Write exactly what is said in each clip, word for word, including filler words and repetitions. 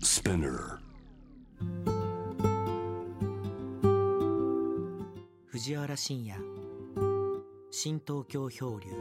Spinner 藤原信也新東京漂流。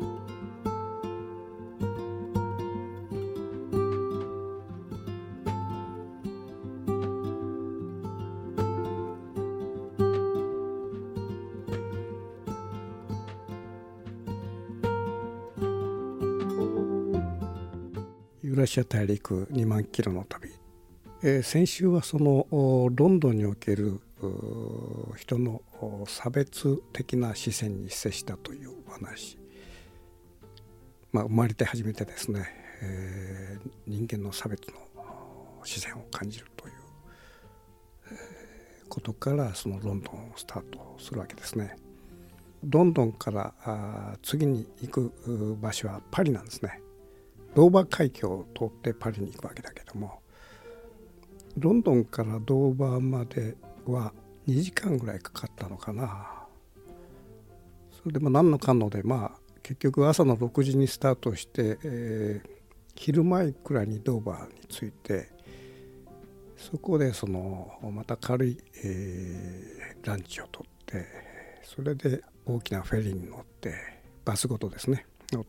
ユーラシア大陸にまんキロの旅、えー、先週はそのロンドンにおける人の差別的な視線に接したというお話、まあ、生まれて初めてですね、えー、人間の差別の視線を感じるという、えー、ことからそのロンドンをスタートするわけですね。ロンドンからあ次に行く場所はパリなんですね。ドーバー海峡を通ってパリに行くわけだけども、ロンドンからドーバーまではにじかんぐらいかかったのかな。それでも何のかんので、まあ結局朝のろくじにスタートして、えー、昼前くらいにドーバーに着いて、そこでそのまた軽い、えー、ランチをとって、それで大きなフェリーに乗って、バスごとですね乗って、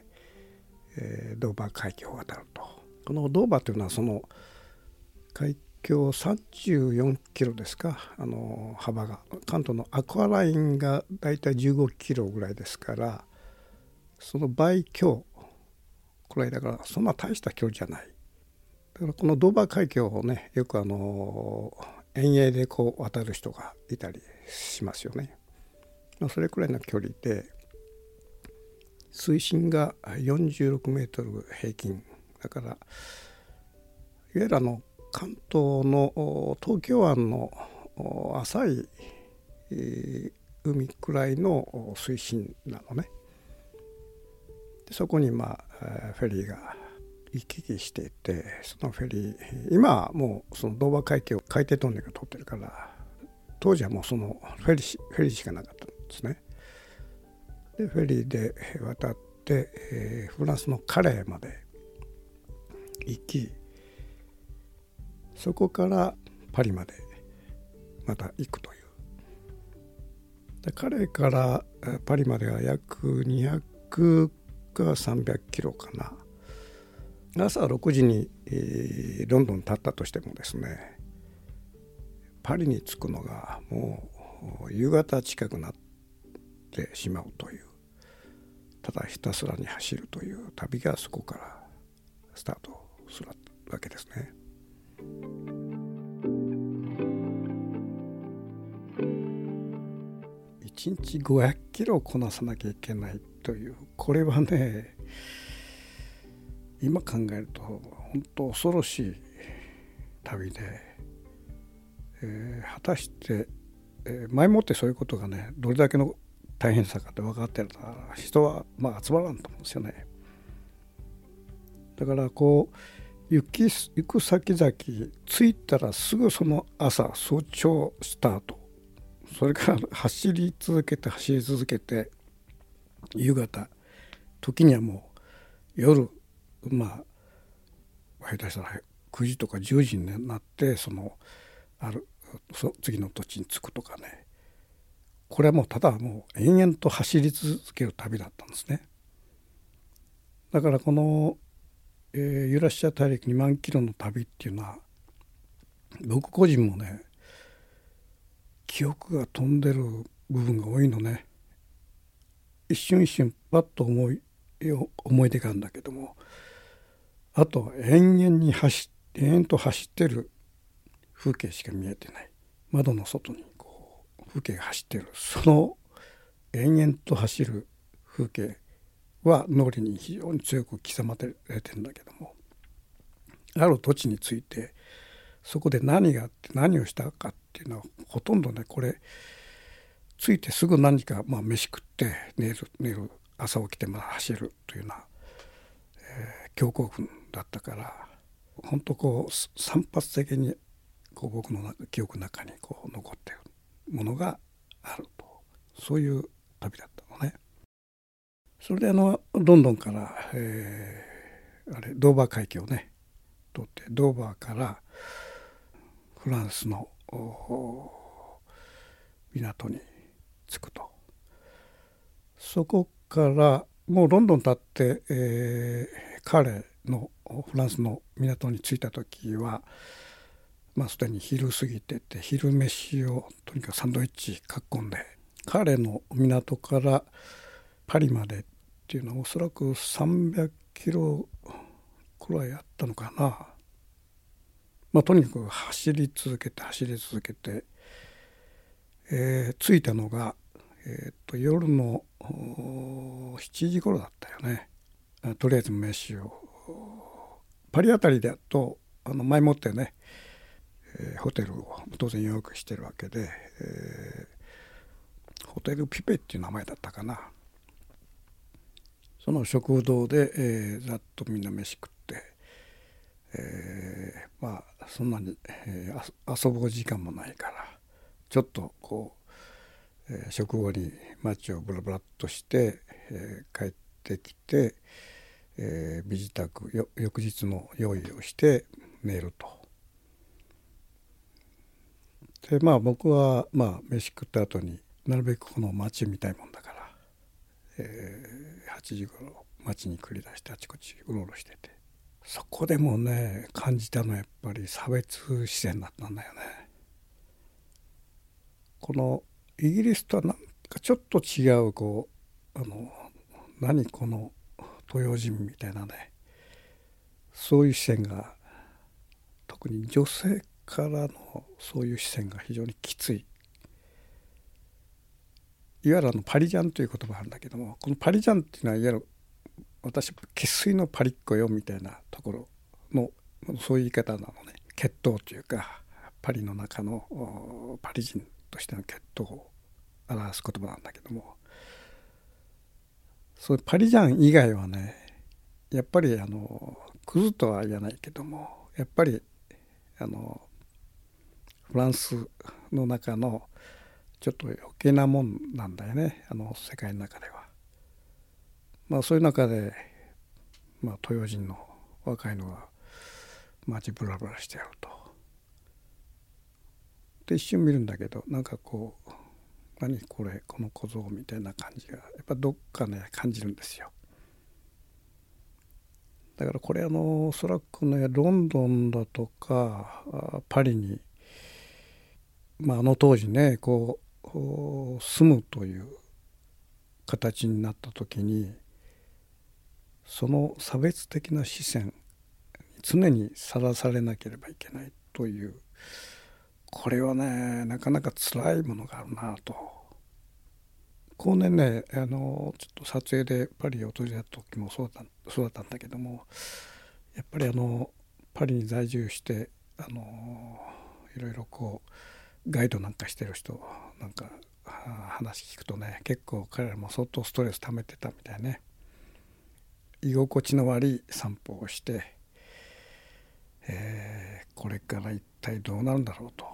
えー、ドーバー海峡を渡ると。このドーバーというのはその海峡さんじゅうよんキロですか、あの幅が。関東のアクアラインがだいたいじゅうごキロぐらいですから、その倍強くらいだから、そんな大した距離じゃない。だからこのドーバー海峡をね、よくあの遠泳でこう渡る人がいたりしますよね。それくらいの距離で、水深がよんじゅうろくメートル平均だから、いわゆるあの関東の東京湾の浅い海くらいの水深なのね。でそこにまあフェリーが行き来していて、そのフェリー、今はもうそのドーバー海峡海底トンネルが通ってるから、当時はもうそのフェリー、フェリーしかなかったんですね。でフェリーで渡って、えー、フランスのカレーまで行き、そこからパリまでまた行くという。でカレーからパリまでは約にひゃくかさんびゃくキロかな。朝ろくじに、えー、ロンドンに立ったとしてもですね、パリに着くのがもう夕方近くなってしまうという、ただひたすらに走るという旅がそこからスタートするわけですね。いちにちごひゃくキロこなさなきゃいけないという、これはね、今考えると本当恐ろしい旅で、えー、果たして、えー、前もってそういうことがね、どれだけの大変さかって分かってるから人はまあ集まらんと思うんですよね。だからこう行き行く先々着いたらすぐその朝早朝スタート、それから走り続けて走り続けて夕方、時にはもう夜、まあ下手したらくじとかじゅうじになってそのあるそ次の土地に着くとかね。これはもうただもう延々と走り続ける旅だったんですね。だからこの、えー、ユーラシア大陸にまんキロの旅っていうのは、僕個人もね記憶が飛んでる部分が多いのね。一瞬一瞬パッと思い思い出があるんだけども、あと延々に走って延々と走ってる風景しか見えてない。窓の外にこう風景が走ってる、その延々と走る風景は脳裏に非常に強く刻まれてるんだけども、ある土地についてそこで何があって何をしたかっていうのはほとんどね、これ着いてすぐ何か、まあ、飯食って寝る寝る朝起きてまた走るというような、えー、強行軍だったから、本当こう散発的にこう僕の記憶の中にこう残っているものがあると、そういう旅だったのね。それであのロンドンから、えー、あれドーバー海峡ね取ってドーバーからフランスの港に着くと。そこからもうロンドン立って、えー、カレーのフランスの港に着いた時は、まあ、すでに昼過ぎてて、昼飯をとにかくサンドイッチ囲んで、カレーの港からパリまでっていうのはおそらくさんびゃくキロくらいあったのかな。まあ、とにかく走り続けて走り続けて、えー、着いたのが、えー、と夜のしちじ頃だったよね。とりあえず飯をパリあたりだとあの前もってね、えー、ホテルを当然予約してるわけで、えー、ホテルピペっていう名前だったかな。その食堂で、えー、ざっとみんな飯食って、えー、まあそんなに、えー、遊ぶ時間もないからちょっとこう、えー、食後に街をブラブラっとして、えー、帰ってきて、えー、身支度よ翌日の用意をして寝ると。でまあ僕はまあ飯食った後になるべくこの街見たいもんだから、えー、はちじ頃街に繰り出してあちこちうろうろしてて、そこでもね感じたのはやっぱり差別視線だったんだよね。このイギリスとはなんかちょっと違うこうあの何この東洋人みたいなね、そういう視線が特に女性からのそういう視線が非常にきつい。いわゆるあのパリジャンという言葉あるんだけども、このパリジャンっていうのはいわゆる私生粋のパリっ子よみたいなところのそういう言い方なのね。血統というかパリの中のパリ人としての血統を表す言葉なんだけども、そういうパリジャン以外はねやっぱりあのクズとは言わないけどもやっぱりあのフランスの中のちょっと余計なもんなんだよね、あの世界の中では。まあそういう中で、まあ、東洋人の若いのが街ブラブラしてやると。で一瞬見るんだけどなんかこう何これこの小僧みたいな感じがやっぱどっかね感じるんですよ。だからこれあのおそらくねロンドンだとかパリに、まあ、あの当時ねこう住むという形になった時にその差別的な視線に常にさらされなければいけないという、これはねなかなか辛いものがあるなと。後年ねあのちょっと撮影でパリを訪れた時もそうだそうだったんだけども、やっぱりあのパリに在住してあのいろいろこうガイドなんかしてる人なんか話聞くとね結構彼らも相当ストレス溜めてたみたいね。居心地の悪い散歩をして、えー、これから一体どうなるんだろうと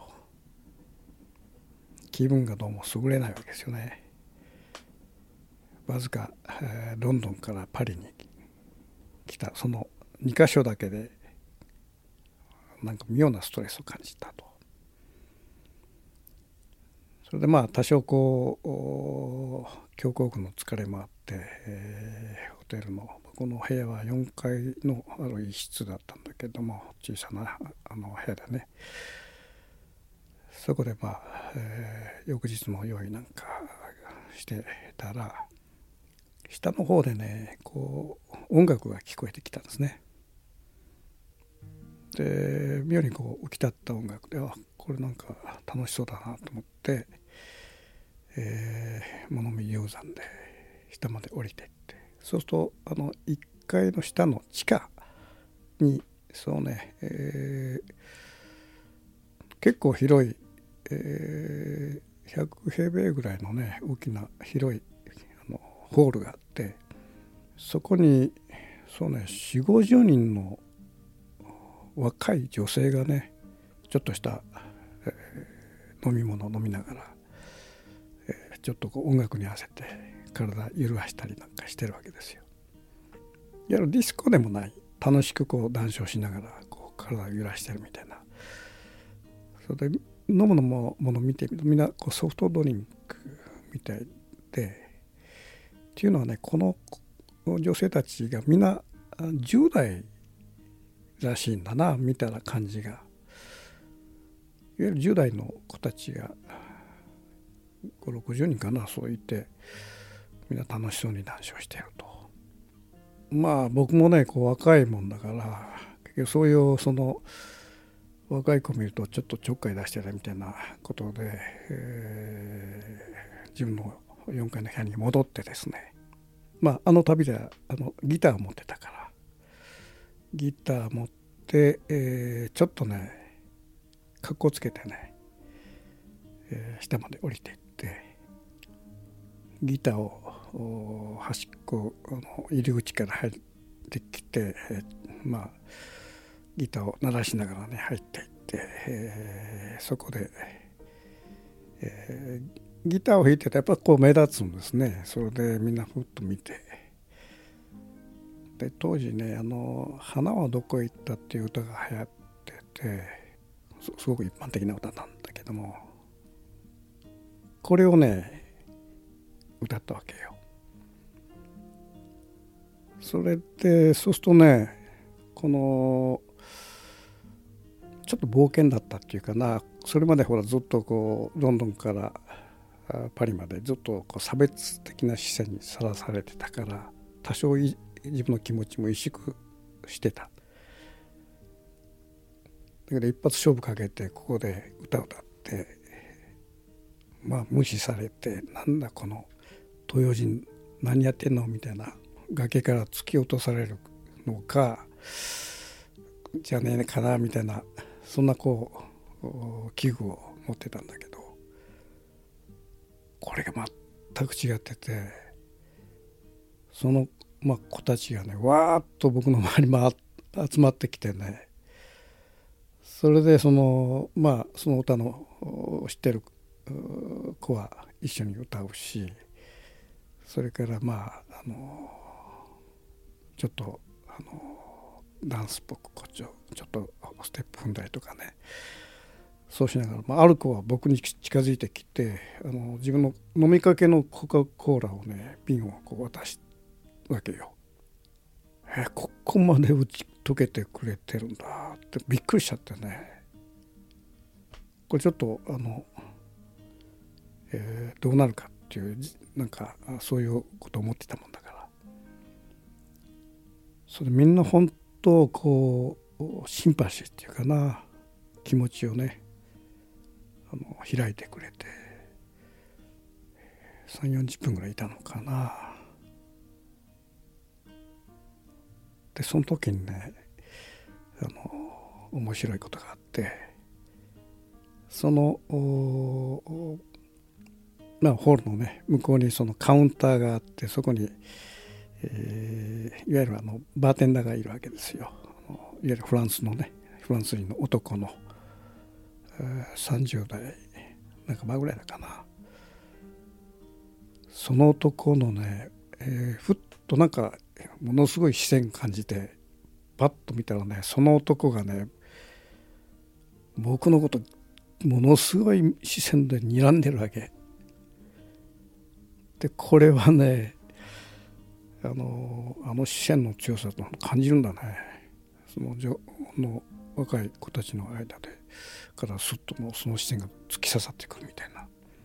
気分がどうも優れないわけですよね。わずか、えー、ロンドンからパリに来たそのにか所だけでなんか妙なストレスを感じたと。それでまあ多少こう強行軍の疲れもあって、えー、ホテルのこの部屋はよんかいのある一室だったんだけども小さなあの部屋でね、そこでまあ、えー、翌日の用意なんかしてたら下の方でねこう音楽が聞こえてきたんですね。で妙にこう浮き立った音楽であこれなんか楽しそうだなと思って、えー、物見鷹山で下まで降りていって、そうするとあのいっかいの下の地下にそうね、えー、結構広い、えー、ひゃくへいべいぐらいのね大きな広いあのホールがあって、そこにそうねよんじゅうごじゅうにんの若い女性がねちょっとした、えー、飲み物を飲みながら、えー、ちょっとこう音楽に合わせて体揺らしたりなんかしてるわけですよ。いわゆるディスコでもない楽しくこう談笑しながらこ体を揺らしてるみたいな。それで飲むのもものを見てみるとみんなこうソフトドリンクみたいで、っていうのはね、この女性たちがみんなじゅう代らしいんだなみたいな感じが、いわゆるじゅう代の子たちがごじゅう、ろくじゅうにんかな、そう言ってみんな楽しそうに談笑していると。まあ僕もねこう若いもんだから結局そういうその若い子見るとちょっとちょっかい出してるみたいなことで、えー、自分のよんかいの部屋に戻ってですね、まああの旅ではあのギターを持ってたからギター持って、えー、ちょっとねかっこつけてね、えー、下まで降りていってギターを端っこの入り口から入ってきて、えー、まあギターを鳴らしながらね入っていって、えー、そこで、えー、ギターを弾いててやっぱこう目立つんですね。それでみんなふっと見て、で当時ねあの「花はどこへ行った」っていう歌が流行ってて す, すごく一般的な歌なんだけども、これをね歌ったわけよ。それでそうするとねこのちょっと冒険だったっていうかな、それまでほらずっとこうロンドンからパリまでずっとこう差別的な視線にさらされてたから、多少自分の気持ちも萎縮してた。だけど一発勝負かけてここで歌を歌ってまあ無視されて、なんだこの東洋人何やってんのみたいな、崖から突き落とされるのかじゃねえかなみたいな、そんなこう危惧を持ってたんだけど、これが全く違ってて、その、まあ、子たちがねわーっと僕の周りに集まってきてね、それでそのまあその歌の知ってる子は一緒に歌うし、それからまああのちょっとあのダンスっぽくこっちをちょっとステップ踏んだりとかね、そうしながら、まあ、ある子は僕に近づいてきて、あの自分の飲みかけのコカ・コーラをね瓶をこう渡すわけよ。えここまで打ち解けてくれてるんだってびっくりしちゃってね、これちょっとあの、えー、どうなるかっていうなんかそういうことを思ってたもんだから、それみんな本当こうシンパシーっていうかな、気持ちをねあの開いてくれてさんじゅう、よんじゅっぷんぐらいいたのかな。でその時にねあの面白いことがあって、そのまあホールのね向こうにそのカウンターがあって、そこに、えー、いわゆるあのバーテンダーがいるわけですよ。いわゆるフランスのねフランス人の男の、えー、さんじゅう代なんか前ぐらいだかな。その男のね、えー、ふっとなんかものすごい視線感じてパッと見たらね、その男がね僕のことものすごい視線で睨んでるわけで、これはねあのあの視線の強さと感じるんだね。そのの若い子たちの間でからすっともうその視線が突き刺さってくるみたいな。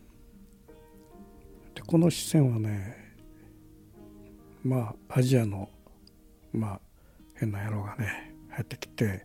でこの視線はねまあアジアのまあ変な野郎がね入ってきて、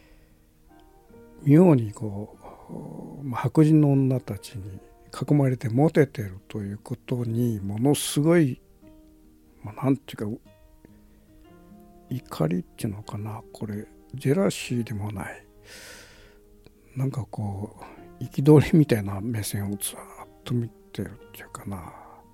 妙にこう、まあ、白人の女たちに囲まれてモテてるということにものすごい、まあ、なんていうか怒りっていうのかな、これジェラシーでもない、なんかこう憤りみたいな目線をずっと見てるっていうかな、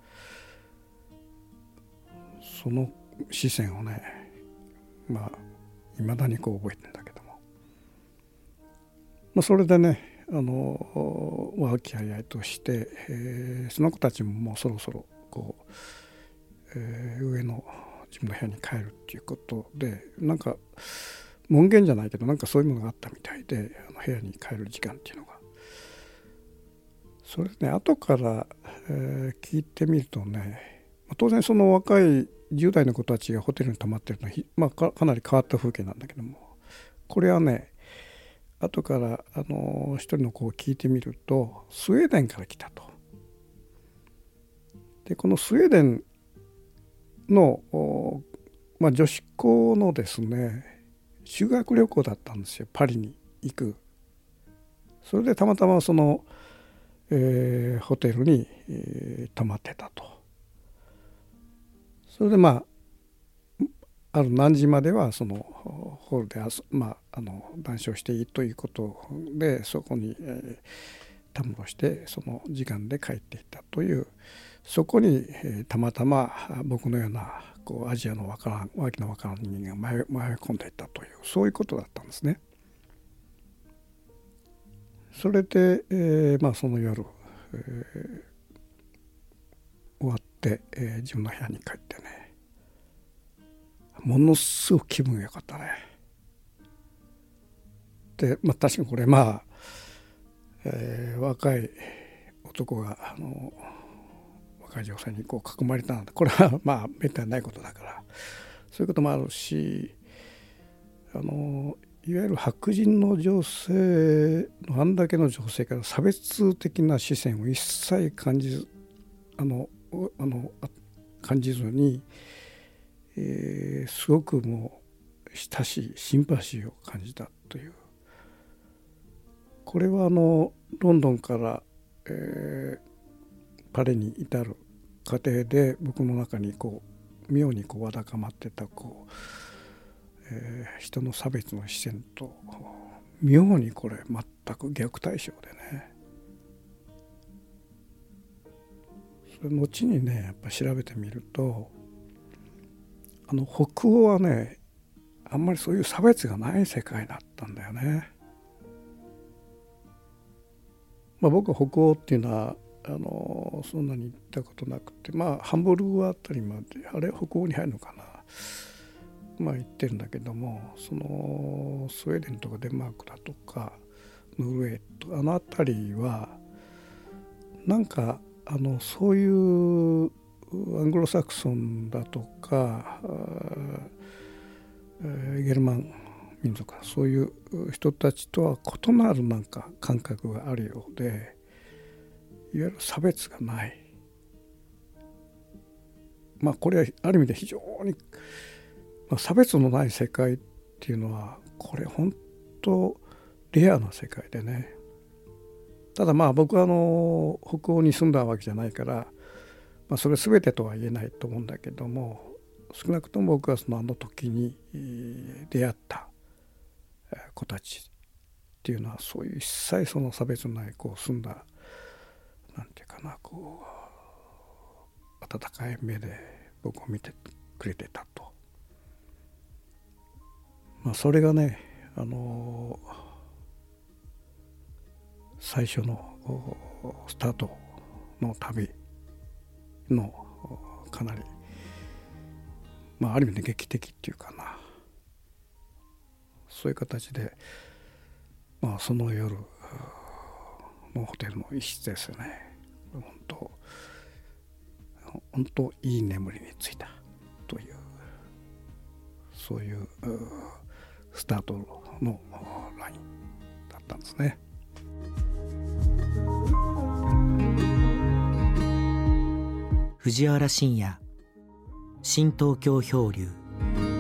その視線をねまあいまだにこう覚えてるんだけども、まあ、それでねあの和気あいあいとして、えー、その子たちももうそろそろこう、えー、上の自分の部屋に帰るっていうことで、なんか門限じゃないけどなんかそういうものがあったみたいで、あの部屋に帰る時間っていうのが。それね後から、えー、聞いてみるとね、当然その若いじゅう代の子たちがホテルに泊まってるのは、まあ、か, かなり変わった風景なんだけども、これはね後からあの一人の子を聞いてみるとスウェーデンから来たと。でこのスウェーデンの、まあ、女子校のですね修学旅行だったんですよ、パリに行く。それでたまたまその、えー、ホテルに、えー、泊まってたと。それでまあある何時まではそのホールであ、まあ、あの談笑していいということで、そこに、えー、たむろしてその時間で帰っていったという、そこに、えー、たまたま僕のようなこうアジアのわからんわけのわからん人間が迷い込んでいったという、そういうことだったんですね。それで、えーまあ、その夜、えー、終わって、えー、自分の部屋に帰ってね、ものすごく気分が良かったね。で、まあ、確かにこれまあ、えー、若い男があの若い女性にこう囲まれたので、これはまあめったにないことだから、そういうこともあるし、あのいわゆる白人の女性のあんだけの女性から差別的な視線を一切感じずあのあの感じずに、えー、すごくもう親しいシンパシーを感じたという。これはあのロンドンから、えー、パリに至る過程で僕の中にこう妙にこうわだかまってたこう、えー、人の差別の視線と妙にこれ全く逆対称でね、それ後にねやっぱ調べてみると、あの北欧はねあんまりそういう差別がない世界だったんだよね。まあ、僕は北欧っていうのはあのそんなに行ったことなくて、まあハンブルグあたりまで、あれ北欧に入るのかな、まあ行ってるんだけども、そのスウェーデンとかデンマークだとかノルウェーとかあの辺りはなんかあのそういうアングロサクソンだとかゲルマン民族、そういう人たちとは異なるなんか感覚があるようで、いわゆる差別がない、まあこれはある意味で非常に、まあ、差別のない世界っていうのはこれ本当レアな世界でね。ただまあ僕はあの北欧に住んだわけじゃないから、まあ、それ全てとは言えないと思うんだけども、少なくとも僕はそのあの時に出会った子たちっていうのはそういう一切その差別のないこう澄んだなんていうかな、こう温かい目で僕を見てくれてたと。まあそれがねあの最初のスタートの旅のかなりまあある意味で劇的っていうかな、そういう形で、まあ、その夜のホテルの一室ですよね、本当本当いい眠りについたという、そういうスタートのラインだったんですね。 藤原信也、新東京漂流。